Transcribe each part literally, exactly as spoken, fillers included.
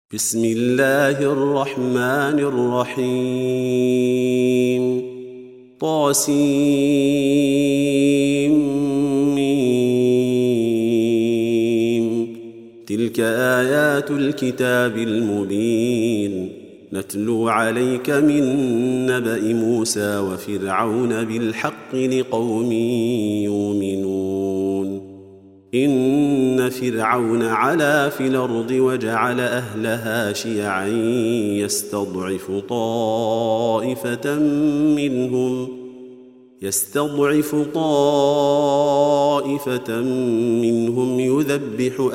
بسم الله الرحمن الرحيم طاسيم تلك آيات الكتاب المبين نتلو عليك من نبأ موسى وفرعون بالحق لقوم يؤمنون إن فرعون علا في الأرض وجعل أهلها شيعا يستضعف طائفة منهم يستضعف طائفة منهم يذبح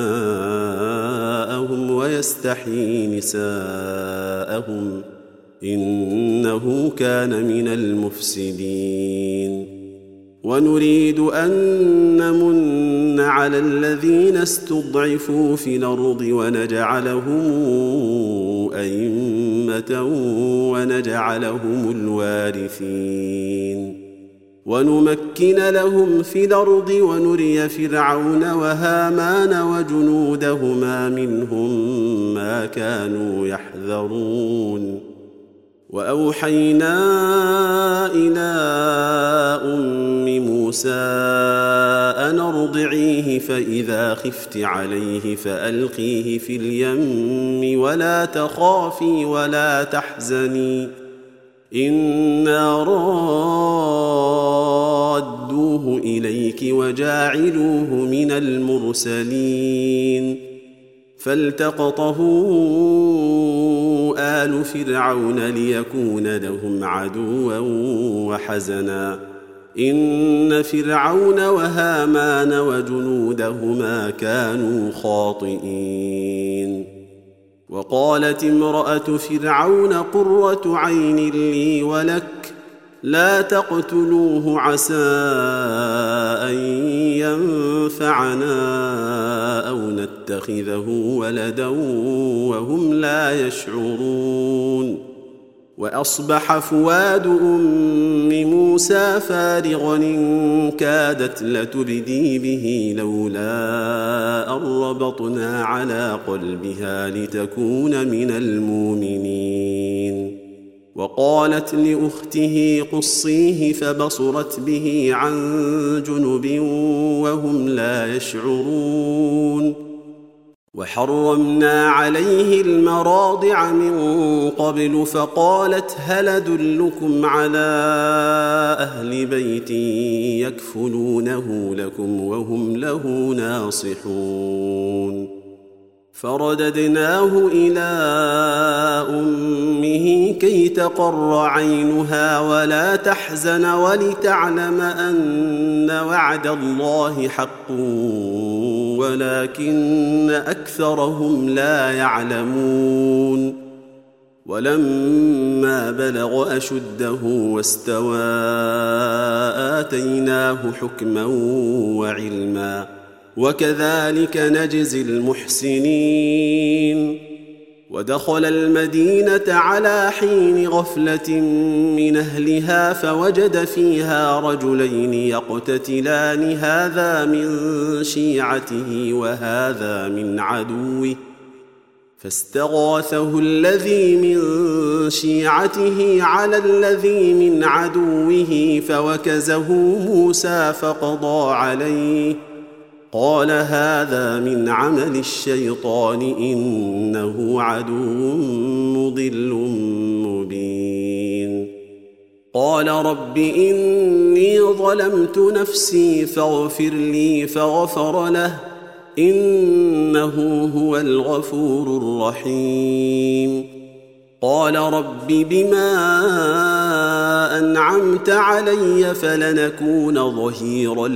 أبناءهم ويستحيي نساءهم إنه كان من المفسدين ونريد أن نمن على الذين استضعفوا في الأرض ونجعلهم أئمة ونجعلهم الوارثين ونمكن لهم في الأرض ونري فرعون وهامان وجنودهما منهم ما كانوا يحذرون وأوحينا إلى أم موسى أن ارضعيه فإذا خفت عليه فألقيه في اليم ولا تخافي ولا تحزني إنا رادوه إليك وجاعلوه من المرسلين فالتقطه آل فرعون ليكون لهم عدوا وحزنا إن فرعون وهامان وجنودهما كانوا خاطئين وقالت امرأة فرعون قرة عين لي ولك لا تقتلوه عسى أن ينفعنا أو نتخذه ولدا وهم لا يشعرون وأصبح فؤاد أم موسى فارغا إن كادت لتبدي به لولا أن ربطنا على قلبها لتكون من المؤمنين وقالت لأخته قصيه فبصرت به عن جنب وهم لا يشعرون وحرمنا عليه المراضع من قبل فقالت هل أدلكم على أهل بيت يكفلونه لكم وهم له ناصحون فرددناه إلى أمه كي تقر عينها ولا تحزن ولتعلم أن وعد الله حق ولكن أكثرهم لا يعلمون ولما بلغ أشده واستوى آتيناه حكما وعلما وكذلك نجزي المحسنين ودخل المدينة على حين غفلة من أهلها فوجد فيها رجلين يقتتلان هذا من شيعته وهذا من عدوه فاستغاثه الذي من شيعته على الذي من عدوه فوكزه موسى فقضى عليه قال هذا من عمل الشيطان إنه عدو مضل مبين قال رب إني ظلمت نفسي فاغفر لي فغفر له إنه هو الغفور الرحيم قال رب بما أنعمت علي فلنكون ظهيرا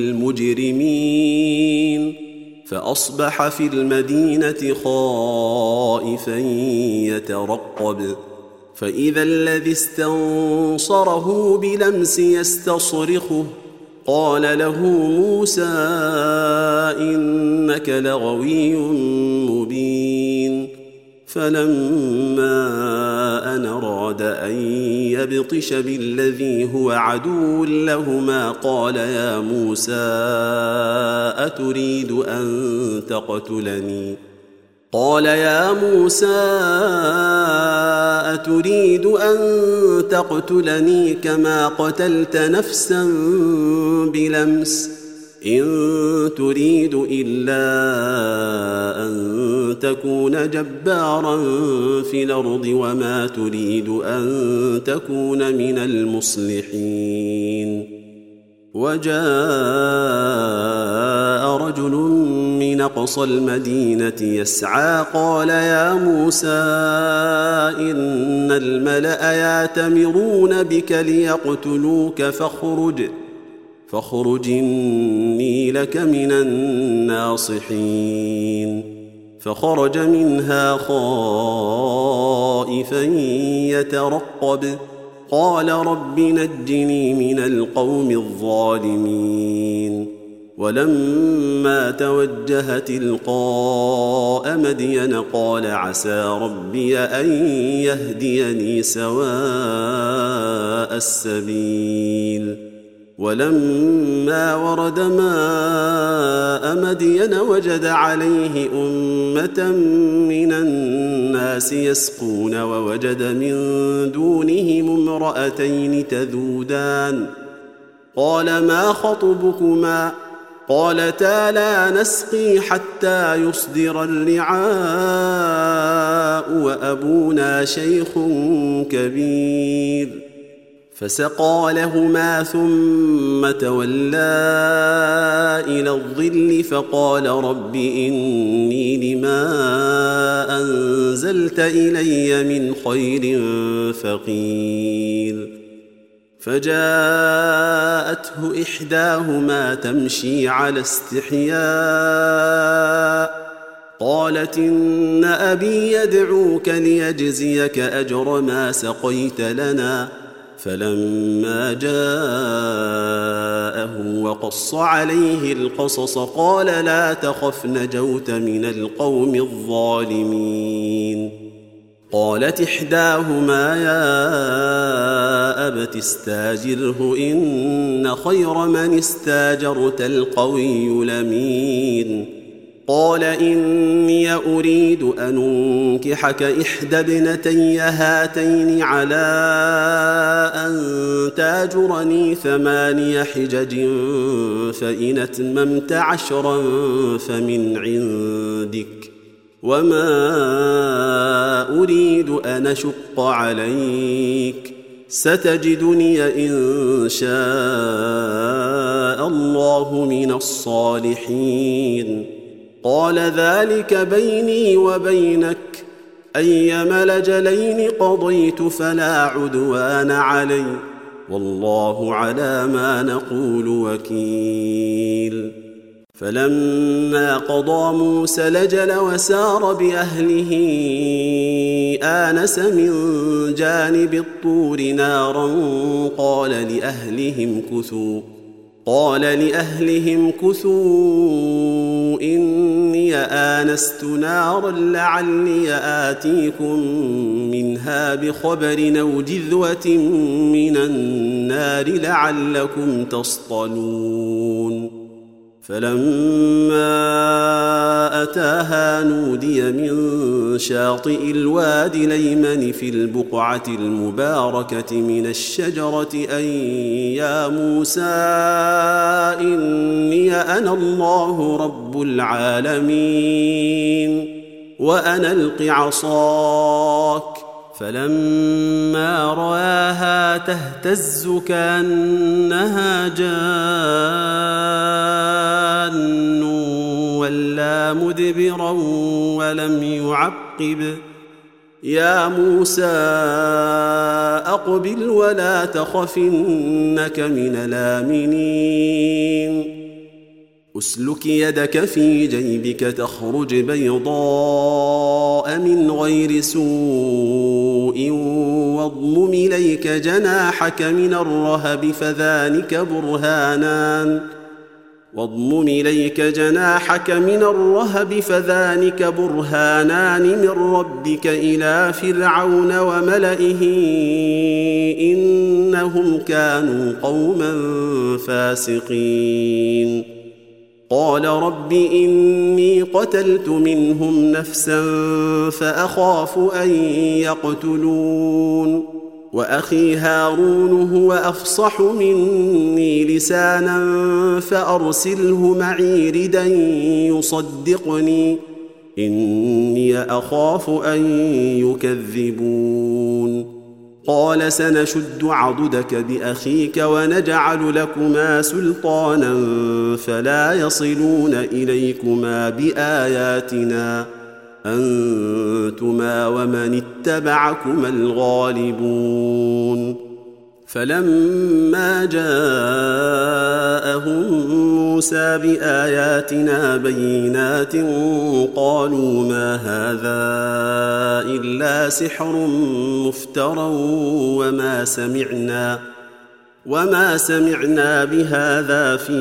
للمجرمين فأصبح في المدينة خائفا يترقب فإذا الذي استنصره بلمس يستصرخه قال له موسى إنك لغوي مبين فلما أن أراد أن يبطش بالذي هو عدو لهما قال يا موسى أتريد أن تقتلني قال يا موسى أتريد أن تقتلني كما قتلت نفسا بلمس إن تريد إلا أن تكون جبارا في الأرض وما تريد أن تكون من المصلحين. وجاء رجل من أقصى المدينة يسعى قال يا موسى إن الملأ يأتمرون بك ليقتلوك فاخرج فاخرج إني لك من الناصحين. فخرج منها خائفا يترقب قال رب نجني من القوم الظالمين. ولما توجه تلقاء مدين قال عسى ربي أن يهديني سواء السبيل. ولما ورد ماء مدين وجد عليه أمة من الناس يسقون ووجد من دونهم امرأتين تذودان قال ما خطبكما قالتا لا نسقي حتى يصدر الرعاء وأبونا شيخ كبير. فسقى لهما ثم تولى إلى الظل فقال رب إني لما أنزلت إلي من خير فقير. فجاءته إحداهما تمشي على استحياء قالت إن أبي يدعوك ليجزيك أجر ما سقيت لنا. فلما جاءه وقص عليه القصص قال لا تخف نجوت من القوم الظالمين. قالت إحداهما يا أبت استاجره إن خير من استاجرت القوي الأمين. قال إني أريد أن أنكحك إحدى ابنتي هاتين على أن تاجرني ثماني حجج فإن أتممت عشرا فمن عندك وما أريد أن أشق عليك ستجدني إن شاء الله من الصالحين. قال ذلك بيني وبينك أيما الأجلين قضيت فلا عدوان علي والله على ما نقول وكيل. فلما قضى موسى الأجل وسار بأهله آنس من جانب الطور نارا قال لأهلهم كثوا قال لأهلهم كثوا إني آنست نارا لعلي آتيكم منها بخبر أو جذوة من النار لعلكم تصطلون. فلما أتاها نودي من شاطئ الوادي الأيمن في البقعة المباركة من الشجرة أن يا موسى إني أنا الله رب العالمين وأن ألق عصاك. فلما رآها تهتز كأنها جان ولا مدبرا ولم يعقب يا موسى أقبل ولا تخف إنك من الآمنين. أسلك يدك في جيبك تخرج بيضاء من غير سوء واضمم إليك جناحك من الرهب فذلك برهانان واضمم إليك جناحك من الرهب فذلك برهانان من ربك إلى فرعون وملئه إنهم كانوا قوما فاسقين. قال رب إني قتلت منهم نفسا فأخاف أن يقتلون وأخي هارون هو أفصح مني لسانا فأرسله معي ردا يصدقني إني أخاف أن يكذبون قال سنشد عضدك بأخيك ونجعل لكما سلطانا فلا يصلون إليكما بآياتنا أنتما ومن اتبعكما الغالبون فلما جاءهم موسى بآياتنا بينات قالوا ما هذا إلا سحر مفترى وما سمعنا وما سمعنا بهذا في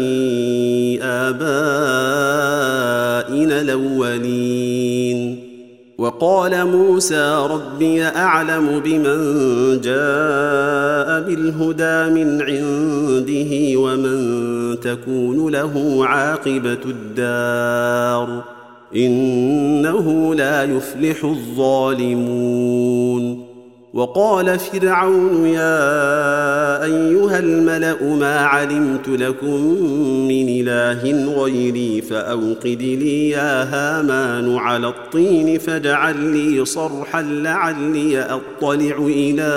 آبائنا الأولين وقال موسى ربي أعلم بمن جاء بالهدى من عنده ومن تكون له عاقبة الدار إنه لا يفلح الظالمون وقال فرعون يا أيها الملأ ما علمت لكم من إله غيري فأوقد لي يا هامان على الطين فاجعل لي صرحا لعلي أطلع إلى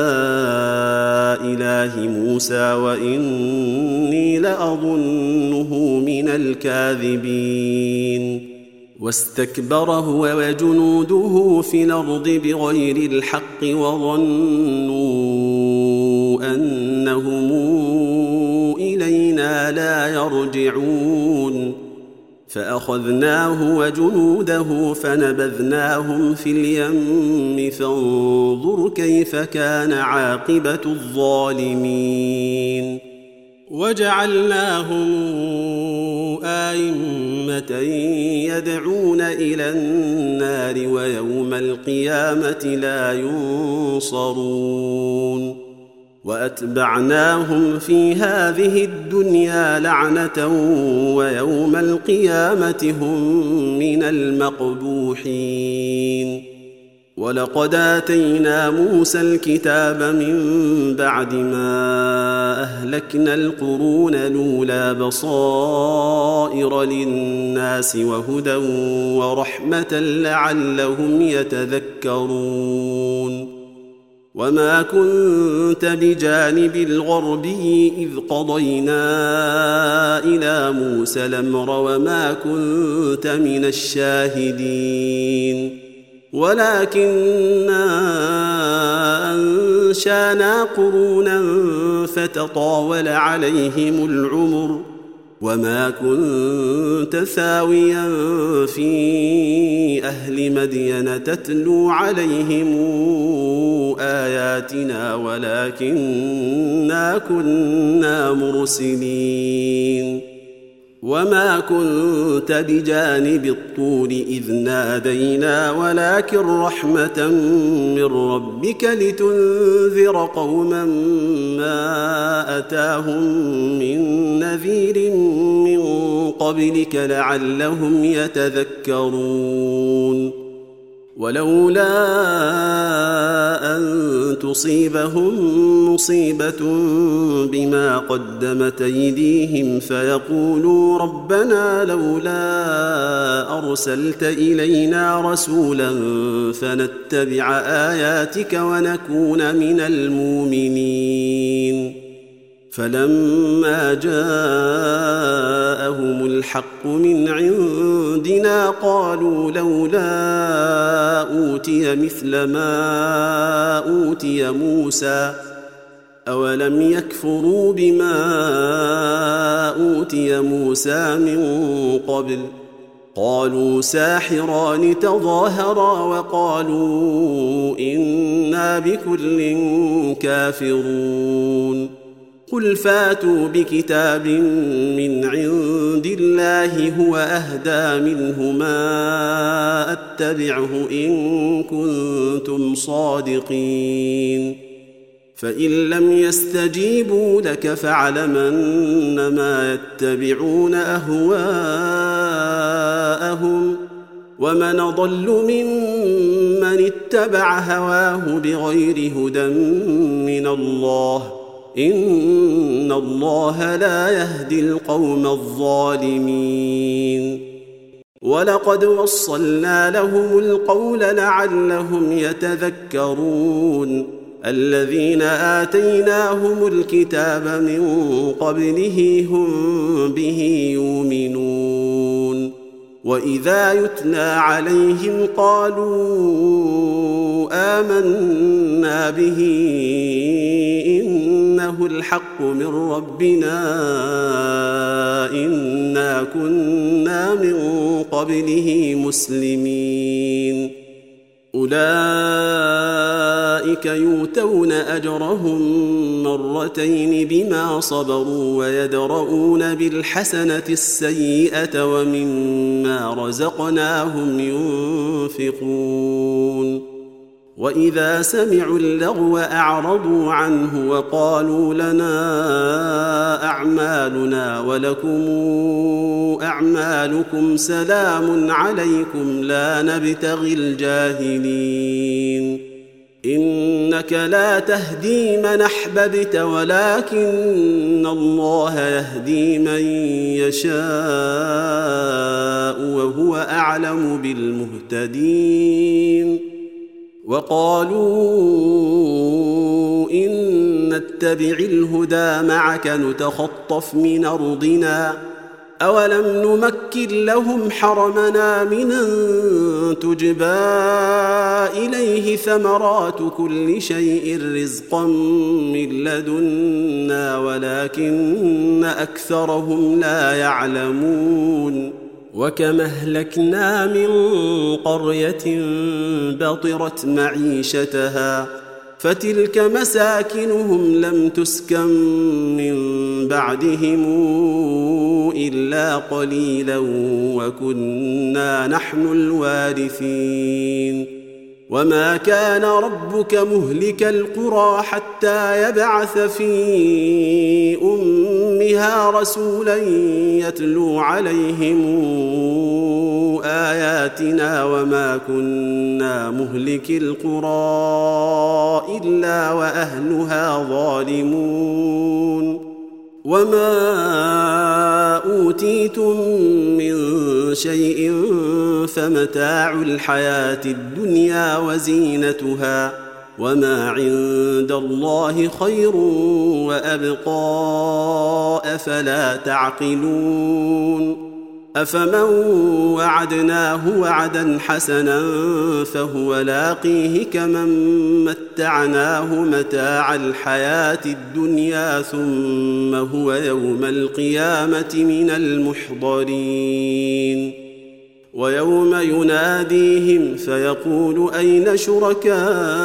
إله موسى وإني لأظنه من الكاذبين واستكبر هو وجنوده في الأرض بغير الحق وظنوا أنهم إلينا لا يرجعون فأخذناه وجنوده فنبذناهم في اليم فانظر كيف كان عاقبة الظالمين وجعلناهم آئمة يدعون إلى النار ويوم القيامة لا ينصرون وأتبعناهم في هذه الدنيا لعنة ويوم القيامة هم من المقبوحين ولقد آتينا موسى الكتاب من بعد ما أهلكنا القرون الأولى بصائر للناس وهدى ورحمة لعلهم يتذكرون وما كنت بجانب الغربي إذ قضينا إلى موسى الأمر وما كنت من الشاهدين ولكننا أنشانا قرونا فتطاول عليهم العمر وما كنت ثاويا في أهل مدين تتلو عليهم آياتنا ولكننا كنا مرسلين وما كنت بجانب الطور إذ نادينا ولكن رحمة من ربك لتنذر قوما ما أتاهم من نذير من قبلك لعلهم يتذكرون ولولا أن تصيبهم مصيبة بما قدمت أيديهم فيقولوا ربنا لولا أرسلت إلينا رسولا فنتبع آياتك ونكون من المؤمنين فلما جاءهم الحق من عندنا قالوا لولا أوتي مثل ما أوتي موسى أولم يكفروا بما أوتي موسى من قبل قالوا ساحران تظاهرا وقالوا إنا بكل كافرون قل فاتوا بكتاب من عند الله هو أهدى منهما أتبعه إن كنتم صادقين فإن لم يستجيبوا لك فاعلم أنما يتبعون أهواءهم ومن أضل ممن اتبع هواه بغير هدى من الله إن الله لا يهدي القوم الظالمين ولقد وصلنا لهم القول لعلهم يتذكرون الذين آتيناهم الكتاب من قبله هم به يؤمنون وإذا يتلى عليهم قالوا آمنا به إنه الحق من ربنا إنا كنا من قبله مسلمين أولئك يؤتون أجرهم مرتين بما صبروا ويدرؤون بالحسنة السيئة ومما رزقناهم ينفقون وإذا سمعوا اللغو أعرضوا عنه وقالوا لنا أعمالنا ولكم أعمالكم سلام عليكم لا نبتغي الجاهلين إنك لا تهدي من أحببت ولكن الله يهدي من يشاء وهو أعلم بالمهتدين وقالوا إن نتبع الهدى معك نتخطف من أرضنا أولم نمكن لهم حرمنا من تجبى إليه ثمرات كل شيء رزقا من لدنا ولكن أكثرهم لا يعلمون وكم أهلكنا من قرية بطرت معيشتها فتلك مساكنهم لم تسكن من بعدهم إلا قليلا وكنا نحن الوارثين وما كان ربك مهلك القرى حتى يبعث في أمها رسولا يتلو عليهم آياتنا وما كنا مهلك القرى إلا وأهلها ظالمون وما أوتيتم من شيء فمتاع الحياة الدنيا وزينتها وما عند الله خير وأبقى أفلا تعقلون أفمن وعدناه وعدا حسنا فهو لاقيه كمن متعناه متاع الحياة الدنيا ثم هو يوم القيامة من المحضرين ويوم يناديهم فيقول أين شركائي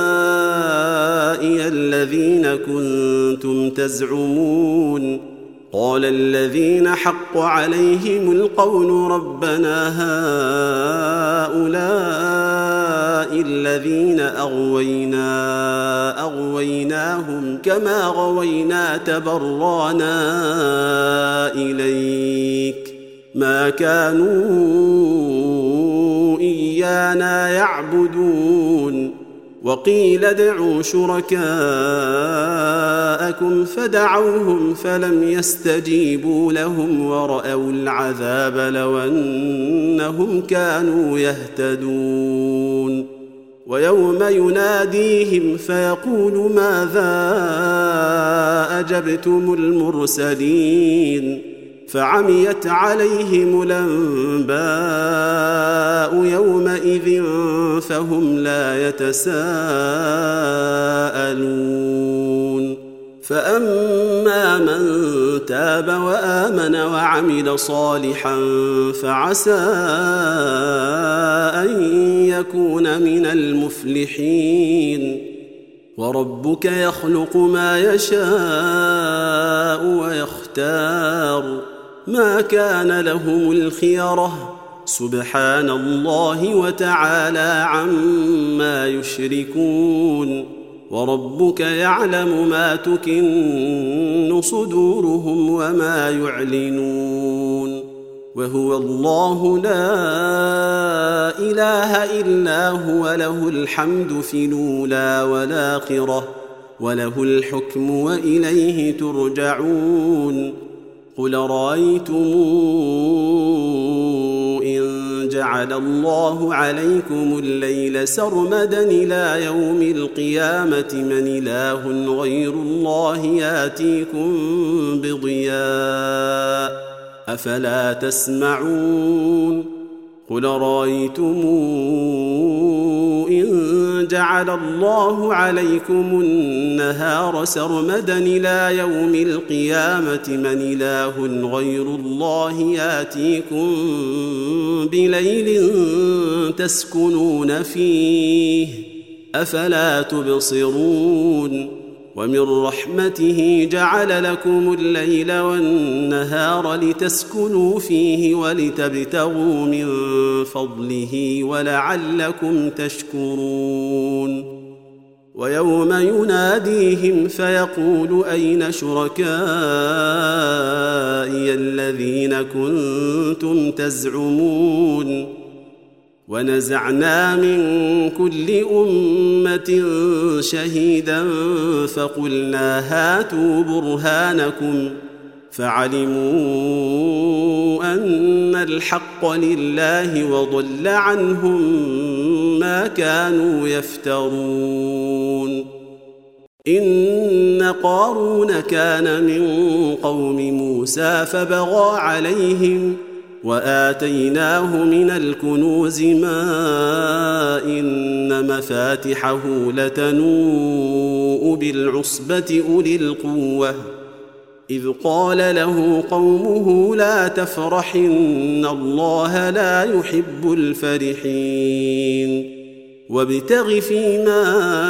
الذين كنتم تزعمون قال الذين حق عليهم القول ربنا هؤلاء الذين أغوينا أغويناهم كما غوينا تبرانا إليك ما كانوا إيانا يعبدون وقيل ادعوا شركاءكم فدعوهم فلم يستجيبوا لهم ورأوا العذاب لو أنهم كانوا يهتدون ويوم يناديهم فيقول ماذا أجبتم المرسلين فعميت عليهم الأنباء يومئذ فهم لا يتساءلون فأما من تاب وآمن وعمل صالحا فعسى أن يكون من المفلحين وربك يخلق ما يشاء ويختار ما كان لهم الخيرة سبحان الله وتعالى عما يشركون وربك يعلم ما تكن صدورهم وما يعلنون وهو الله لا إله إلا هو له الحمد في الأولى والآخرة وله الحكم وإليه ترجعون قل رأيتم إن جعل الله عليكم الليل سرمدا إلى يوم القيامة من إله غير الله يأتيكم بضياء أفلا تسمعون قل رأيتم إن جعل الله عليكم النهار سرمدا إلى يوم القيامة من إله غير الله يأتيكم بليل تسكنون فيه أفلا تبصرون ومن رحمته جعل لكم الليل والنهار لتسكنوا فيه ولتبتغوا من فضله ولعلكم تشكرون ويوم يناديهم فيقول أين شركائي الذين كنتم تزعمون ونزعنا من كل أمة شهيدا فقلنا هاتوا برهانكم فعلموا أن الحق لله وضل عنهم ما كانوا يفترون إن قارون كان من قوم موسى فبغى عليهم وآتيناه من الكنوز ما إن مفاتحه لتنوء بالعصبة أولي القوة إذ قال له قومه لا تفرح إن الله لا يحب الفرحين وابتغ فيما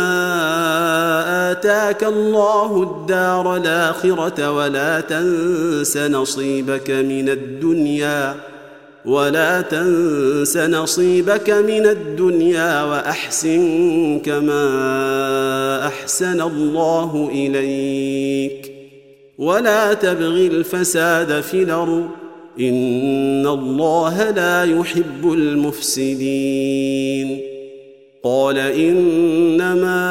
آتاك الله الدار الآخرة ولا تنس نصيبك من الدنيا ولا تنس نصيبك من الدنيا وأحسن كما أحسن الله إليك ولا تبغ الفساد في الأرض إن الله لا يحب المفسدين قال إنما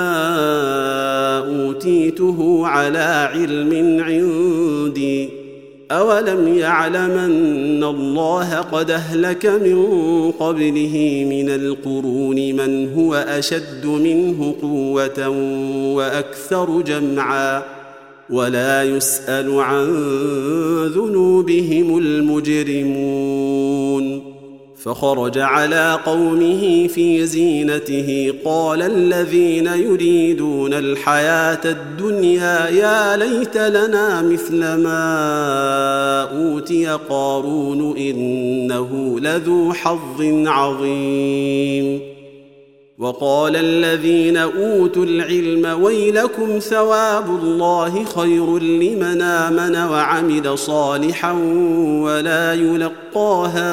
أوتيته على علم عندي أولم يعلم أن الله قد أهلك من قبله من القرون من هو أشد منه قوة وأكثر جمعا ولا يسأل عن ذنوبهم المجرمون فخرج على قومه في زينته قال الذين يريدون الحياة الدنيا يا ليت لنا مثل ما أوتي قارون إنه لذو حظ عظيم وقال الذين أوتوا العلم ويلكم ثواب الله خير لمن آمن وعمل صالحا ولا يلقاها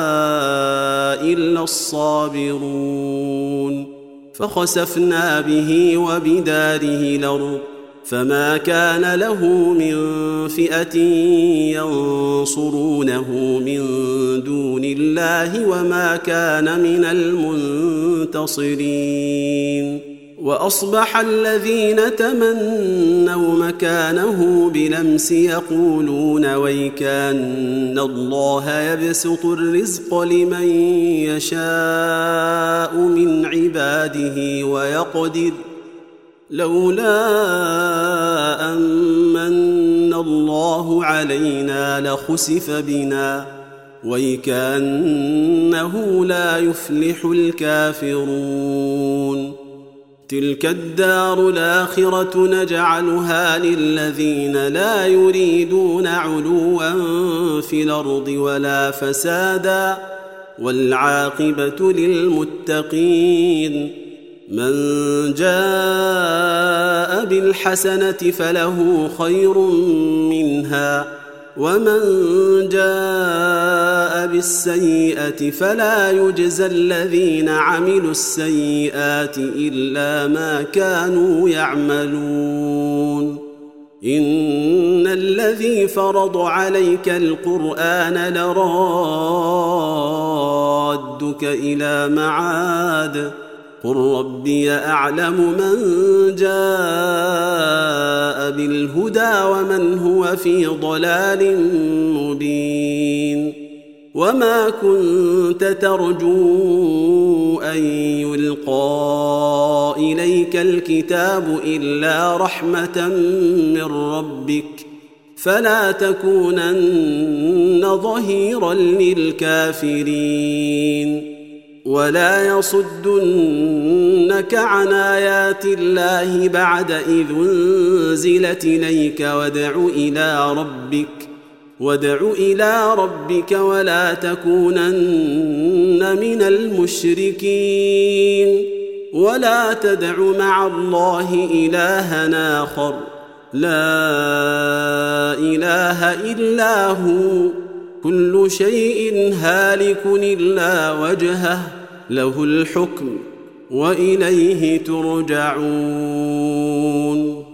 إلا الصابرون فخسفنا به وبداره الأرض فما كان له من فئة ينصرونه من دون الله وما كان من المنتصرين وأصبح الذين تمنوا مكانه بلمس يقولون ويكان الله يبسط الرزق لمن يشاء من عباده ويقدر لولا أمن الله علينا لخسف بنا ويكأنه لا يفلح الكافرون تلك الدار الآخرة نجعلها للذين لا يريدون علوا في الأرض ولا فسادا والعاقبة للمتقين من جاء بالحسنة فله خير منها ومن جاء بالسيئة فلا يجزى الذين عملوا السيئات إلا ما كانوا يعملون إن الذي فرض عليك القرآن لرادك إلى معاد قل ربي أعلم من جاء بالهدى ومن هو في ضلال مبين وما كنت ترجو أن يلقى إليك الكتاب إلا رحمة من ربك فلا تكونن ظهيرا للكافرين ولا يصدنك عن آيات الله بعد إذ أنزلت إليك وادع إلى ربك وادع إلى ربك ولا تكونن من المشركين ولا تدع مع الله إلها آخر لا إله إلا هو كل شيء هالك إلا وجهه له الحكم وإليه ترجعون.